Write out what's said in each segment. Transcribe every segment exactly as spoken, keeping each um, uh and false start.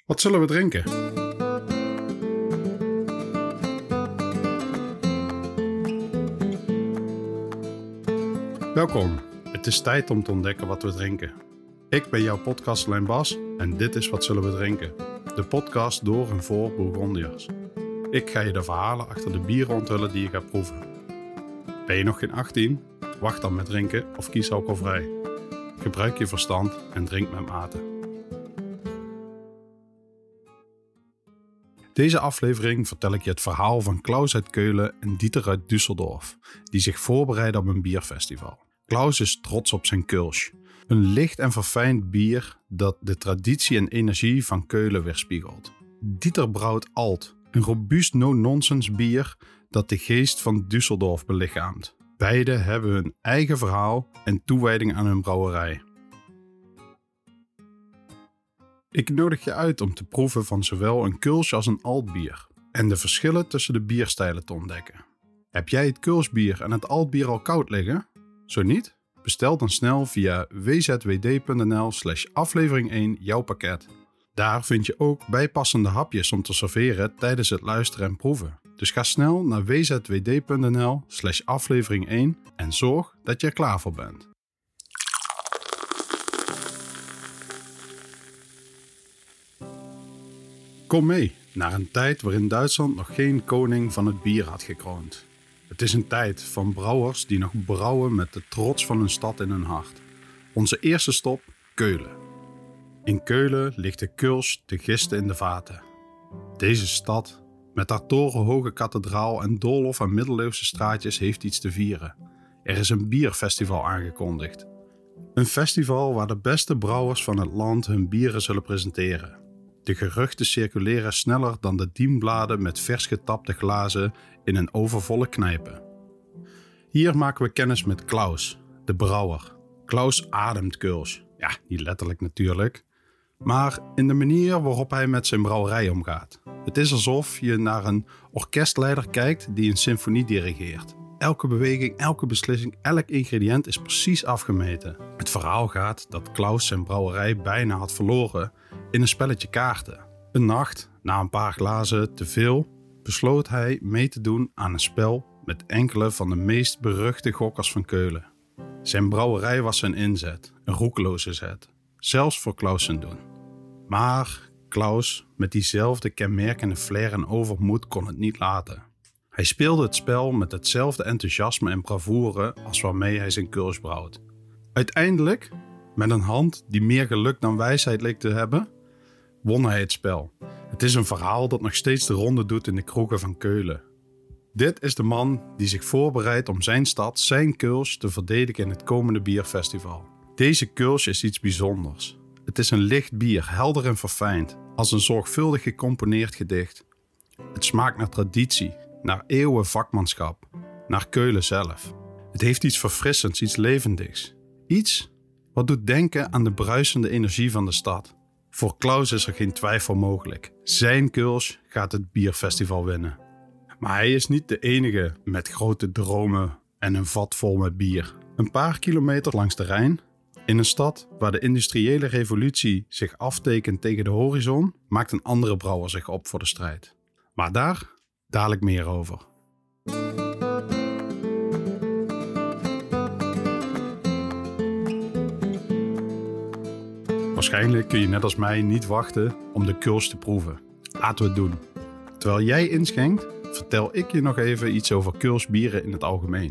Wat zullen we drinken? Welkom, het is tijd om te ontdekken wat we drinken. Ik ben jouw podcastlijn Bas en dit is Wat Zullen We Drinken? De podcast door en voor Bourgondiërs. Ik ga je de verhalen achter de bieren onthullen die je gaat proeven. Ben je nog geen achttien? Wacht dan met drinken of kies alcoholvrij. Gebruik je verstand en drink met mate. Deze aflevering vertel ik je het verhaal van Klaus uit Keulen en Dieter uit Düsseldorf, die zich voorbereiden op een bierfestival. Klaus is trots op zijn Kölsch, een licht en verfijnd bier dat de traditie en energie van Keulen weerspiegelt. Dieter brouwt Alt, een robuust no-nonsense bier dat de geest van Düsseldorf belichaamt. Beide hebben hun eigen verhaal en toewijding aan hun brouwerij. Ik nodig je uit om te proeven van zowel een Kölsch als een Altbier en de verschillen tussen de bierstijlen te ontdekken. Heb jij het Kölschbier en het Altbier al koud liggen? Zo niet? Bestel dan snel via wzwd.nl slash aflevering één jouw pakket. Daar vind je ook bijpassende hapjes om te serveren tijdens het luisteren en proeven. Dus ga snel naar wzwd.nl slash aflevering één en zorg dat je er klaar voor bent. Kom mee naar een tijd waarin Duitsland nog geen koning van het bier had gekroond. Het is een tijd van brouwers die nog brouwen met de trots van hun stad in hun hart. Onze eerste stop, Keulen. In Keulen ligt de Kölsch te gisten in de vaten. Deze stad, met haar torenhoge kathedraal en doolhof aan middeleeuwse straatjes, heeft iets te vieren. Er is een bierfestival aangekondigd. Een festival waar de beste brouwers van het land hun bieren zullen presenteren. De geruchten circuleren sneller dan de dienbladen met vers getapte glazen in een overvolle knijpe. Hier maken we kennis met Klaus, de brouwer. Klaus ademt Kölsch. Ja, niet letterlijk natuurlijk. Maar in de manier waarop hij met zijn brouwerij omgaat. Het is alsof je naar een orkestleider kijkt die een symfonie dirigeert. Elke beweging, elke beslissing, elk ingrediënt is precies afgemeten. Het verhaal gaat dat Klaus zijn brouwerij bijna had verloren in een spelletje kaarten. Een nacht, na een paar glazen te veel, besloot hij mee te doen aan een spel met enkele van de meest beruchte gokkers van Keulen. Zijn brouwerij was zijn inzet, een roekeloze zet, zelfs voor Klaus zijn doen. Maar Klaus, met diezelfde kenmerkende flair en overmoed, kon het niet laten. Hij speelde het spel met hetzelfde enthousiasme en bravoure als waarmee hij zijn Kölsch brouwt. Uiteindelijk, met een hand die meer geluk dan wijsheid leek te hebben, won hij het spel. Het is een verhaal dat nog steeds de ronde doet in de kroegen van Keulen. Dit is de man die zich voorbereidt om zijn stad, zijn Kölsch, te verdedigen in het komende bierfestival. Deze Kölsch is iets bijzonders. Het is een licht bier, helder en verfijnd, als een zorgvuldig gecomponeerd gedicht. Het smaakt naar traditie, naar eeuwen vakmanschap, naar Keulen zelf. Het heeft iets verfrissends, iets levendigs. Iets wat doet denken aan de bruisende energie van de stad. Voor Klaus is er geen twijfel mogelijk. Zijn Kölsch gaat het bierfestival winnen. Maar hij is niet de enige met grote dromen en een vat vol met bier. Een paar kilometer langs de Rijn, in een stad waar de industriële revolutie zich aftekent tegen de horizon, maakt een andere brouwer zich op voor de strijd. Maar daar dadelijk meer over. Waarschijnlijk kun je net als mij niet wachten om de Kölsch te proeven. Laten we het doen. Terwijl jij inschenkt, vertel ik je nog even iets over Kölsch bieren in het algemeen.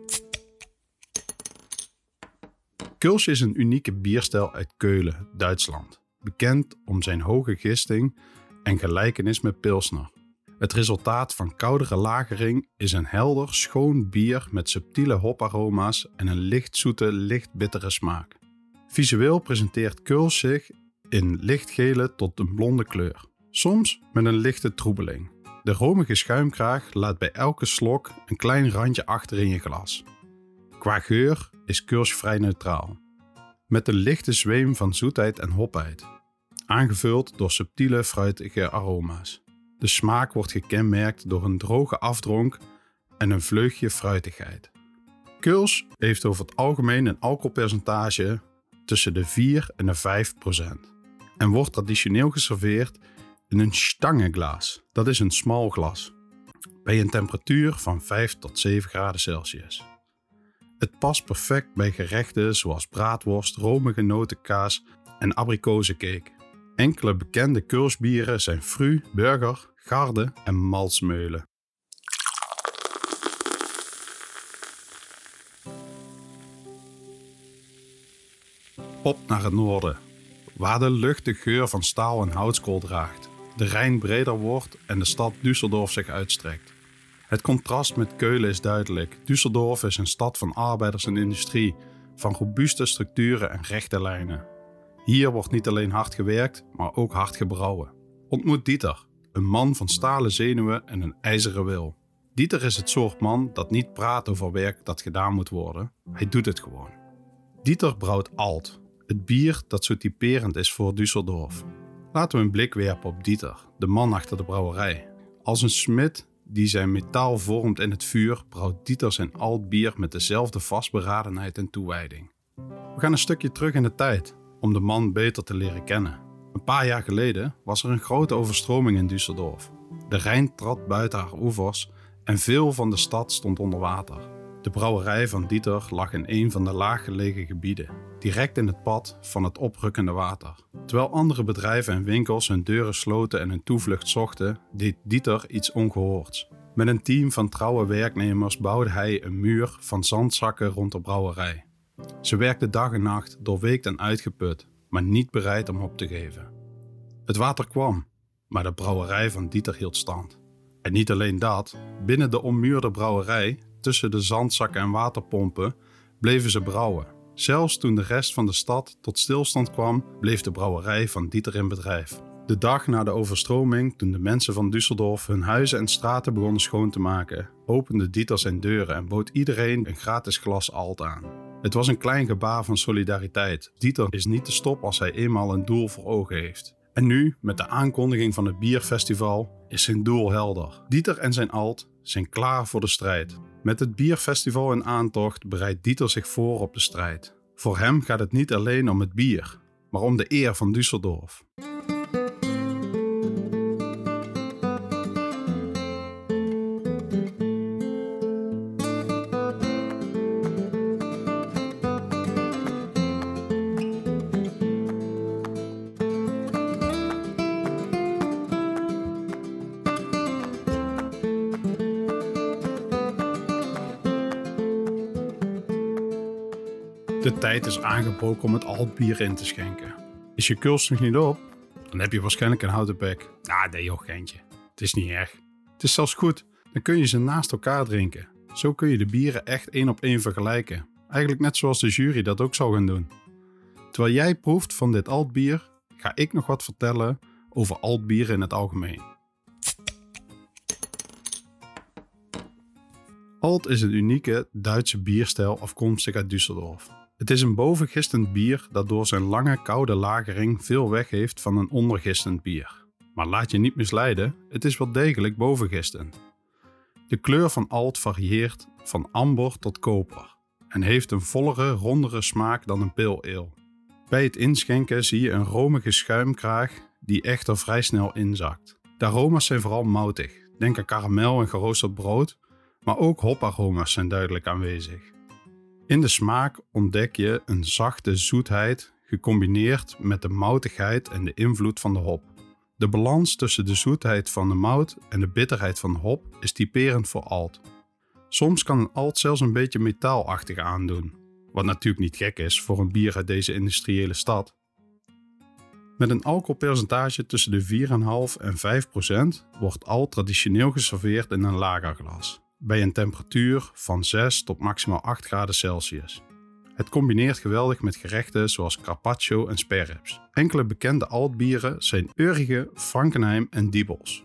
Kölsch is een unieke bierstijl uit Keulen, Duitsland. Bekend om zijn hoge gisting en gelijkenis met Pilsner. Het resultaat van koudere lagering is een helder, schoon bier met subtiele hoparoma's en een licht zoete, licht bittere smaak. Visueel presenteert Kölsch zich in lichtgele tot een blonde kleur, soms met een lichte troebeling. De romige schuimkraag laat bij elke slok een klein randje achter in je glas. Qua geur is Kölsch vrij neutraal, met een lichte zweem van zoetheid en hopheid, aangevuld door subtiele fruitige aroma's. De smaak wordt gekenmerkt door een droge afdronk en een vleugje fruitigheid. Kölsch heeft over het algemeen een alcoholpercentage tussen de vier en de vijf procent. en wordt traditioneel geserveerd in een stangenglas. Dat is een smal glas, bij een temperatuur van vijf tot zeven graden Celsius. Het past perfect bij gerechten zoals braadworst, romige notenkaas en abrikozencake. Enkele bekende Keursbieren zijn Fru, Burger, Garde en Malsmeulen. Op naar het noorden, waar de lucht de geur van staal en houtskool draagt, de Rijn breder wordt en de stad Düsseldorf zich uitstrekt. Het contrast met Keulen is duidelijk. Düsseldorf is een stad van arbeiders en industrie, van robuuste structuren en rechte lijnen. Hier wordt niet alleen hard gewerkt, maar ook hard gebrouwen. Ontmoet Dieter, een man van stalen zenuwen en een ijzeren wil. Dieter is het soort man dat niet praat over werk dat gedaan moet worden, hij doet het gewoon. Dieter brouwt Alt, het bier dat zo typerend is voor Düsseldorf. Laten we een blik werpen op Dieter, de man achter de brouwerij. Als een smid die zijn metaal vormt in het vuur, brouwt Dieter zijn Alt bier met dezelfde vastberadenheid en toewijding. We gaan een stukje terug in de tijd, om de man beter te leren kennen. Een paar jaar geleden was er een grote overstroming in Düsseldorf. De Rijn trad buiten haar oevers en veel van de stad stond onder water. De brouwerij van Dieter lag in een van de laaggelegen gebieden, direct in het pad van het oprukkende water. Terwijl andere bedrijven en winkels hun deuren sloten en een toevlucht zochten, deed Dieter iets ongehoords. Met een team van trouwe werknemers bouwde hij een muur van zandzakken rond de brouwerij. Ze werkten dag en nacht, doorweekt en uitgeput, maar niet bereid om op te geven. Het water kwam, maar de brouwerij van Dieter hield stand. En niet alleen dat, binnen de ommuurde brouwerij, tussen de zandzakken en waterpompen, bleven ze brouwen. Zelfs toen de rest van de stad tot stilstand kwam, bleef de brouwerij van Dieter in bedrijf. De dag na de overstroming, toen de mensen van Düsseldorf hun huizen en straten begonnen schoon te maken, opende Dieter zijn deuren en bood iedereen een gratis glas Alt aan. Het was een klein gebaar van solidariteit. Dieter is niet te stoppen als hij eenmaal een doel voor ogen heeft. En nu, met de aankondiging van het bierfestival, is zijn doel helder. Dieter en zijn Alt zijn klaar voor de strijd. Met het bierfestival in aantocht bereidt Dieter zich voor op de strijd. Voor hem gaat het niet alleen om het bier, maar om de eer van Düsseldorf. De tijd is aangebroken om het Altbier in te schenken. Is je kuls nog niet op? Dan heb je waarschijnlijk een houten bek. Ah, nee joh, geintje. Het is niet erg. Het is zelfs goed. Dan kun je ze naast elkaar drinken. Zo kun je de bieren echt één op één vergelijken. Eigenlijk net zoals de jury dat ook zou gaan doen. Terwijl jij proeft van dit Altbier, ga ik nog wat vertellen over Altbieren in het algemeen. Alt is een unieke Duitse bierstijl afkomstig uit Düsseldorf. Het is een bovengistend bier dat door zijn lange koude lagering veel weg heeft van een ondergistend bier. Maar laat je niet misleiden, het is wel degelijk bovengistend. De kleur van Alt varieert van amber tot koper en heeft een vollere, rondere smaak dan een pale ale. Bij het inschenken zie je een romige schuimkraag die echter vrij snel inzakt. De aroma's zijn vooral moutig, denk aan karamel en geroosterd brood, maar ook hoparoma's zijn duidelijk aanwezig. In de smaak ontdek je een zachte zoetheid gecombineerd met de moutigheid en de invloed van de hop. De balans tussen de zoetheid van de mout en de bitterheid van de hop is typerend voor Alt. Soms kan een Alt zelfs een beetje metaalachtig aandoen, wat natuurlijk niet gek is voor een bier uit deze industriële stad. Met een alcoholpercentage tussen de vier komma vijf en vijf procent wordt Alt traditioneel geserveerd in een lagerglas, bij een temperatuur van zes tot maximaal acht graden Celsius. Het combineert geweldig met gerechten zoals carpaccio en sperrips. Enkele bekende Altbieren zijn Eurige, Frankenheim en Diebels.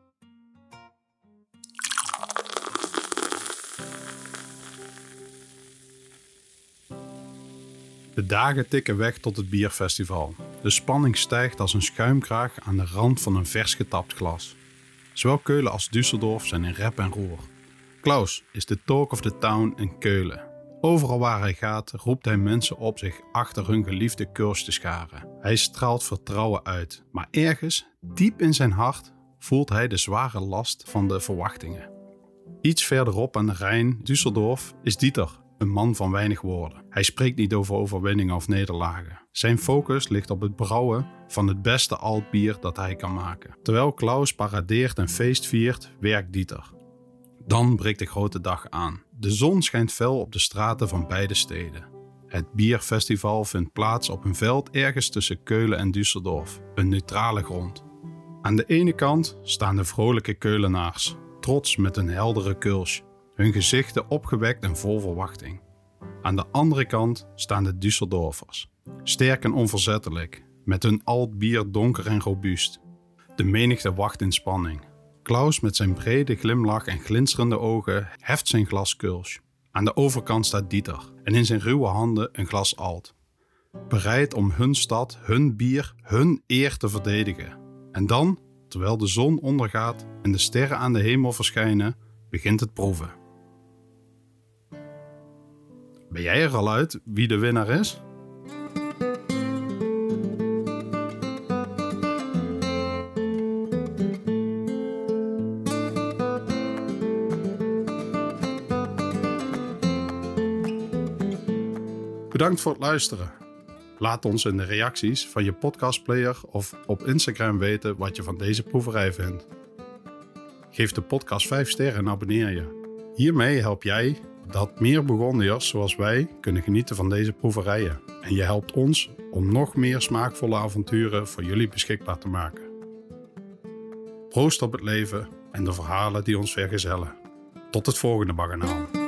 De dagen tikken weg tot het bierfestival. De spanning stijgt als een schuimkraag aan de rand van een vers getapt glas. Zowel Keulen als Düsseldorf zijn in rep en roer. Klaus is de talk of the town in Keulen. Overal waar hij gaat, roept hij mensen op zich achter hun geliefde Kulsch te scharen. Hij straalt vertrouwen uit, maar ergens, diep in zijn hart, voelt hij de zware last van de verwachtingen. Iets verderop aan de Rijn, Düsseldorf, is Dieter, een man van weinig woorden. Hij spreekt niet over overwinningen of nederlagen. Zijn focus ligt op het brouwen van het beste altbier dat hij kan maken. Terwijl Klaus paradeert en feest viert, werkt Dieter. Dan breekt de grote dag aan. De zon schijnt fel op de straten van beide steden. Het bierfestival vindt plaats op een veld ergens tussen Keulen en Düsseldorf, een neutrale grond. Aan de ene kant staan de vrolijke Keulenaars, trots met een heldere Kulsch, hun gezichten opgewekt en vol verwachting. Aan de andere kant staan de Düsseldorfers, sterk en onverzettelijk, met hun alt bier donker en robuust. De menigte wacht in spanning. Klaus met zijn brede glimlach en glinsterende ogen heft zijn glas Kulsch. Aan de overkant staat Dieter en in zijn ruwe handen een glas alt. Bereid om hun stad, hun bier, hun eer te verdedigen. En dan, terwijl de zon ondergaat en de sterren aan de hemel verschijnen, begint het proeven. Ben jij er al uit wie de winnaar is? Bedankt voor het luisteren. Laat ons in de reacties van je podcastplayer of op Instagram weten wat je van deze proeverij vindt. Geef de podcast vijf sterren en abonneer je. Hiermee help jij dat meer Bourgondiërs zoals wij kunnen genieten van deze proeverijen. En je helpt ons om nog meer smaakvolle avonturen voor jullie beschikbaar te maken. Proost op het leven en de verhalen die ons vergezellen. Tot het volgende Bacchanal.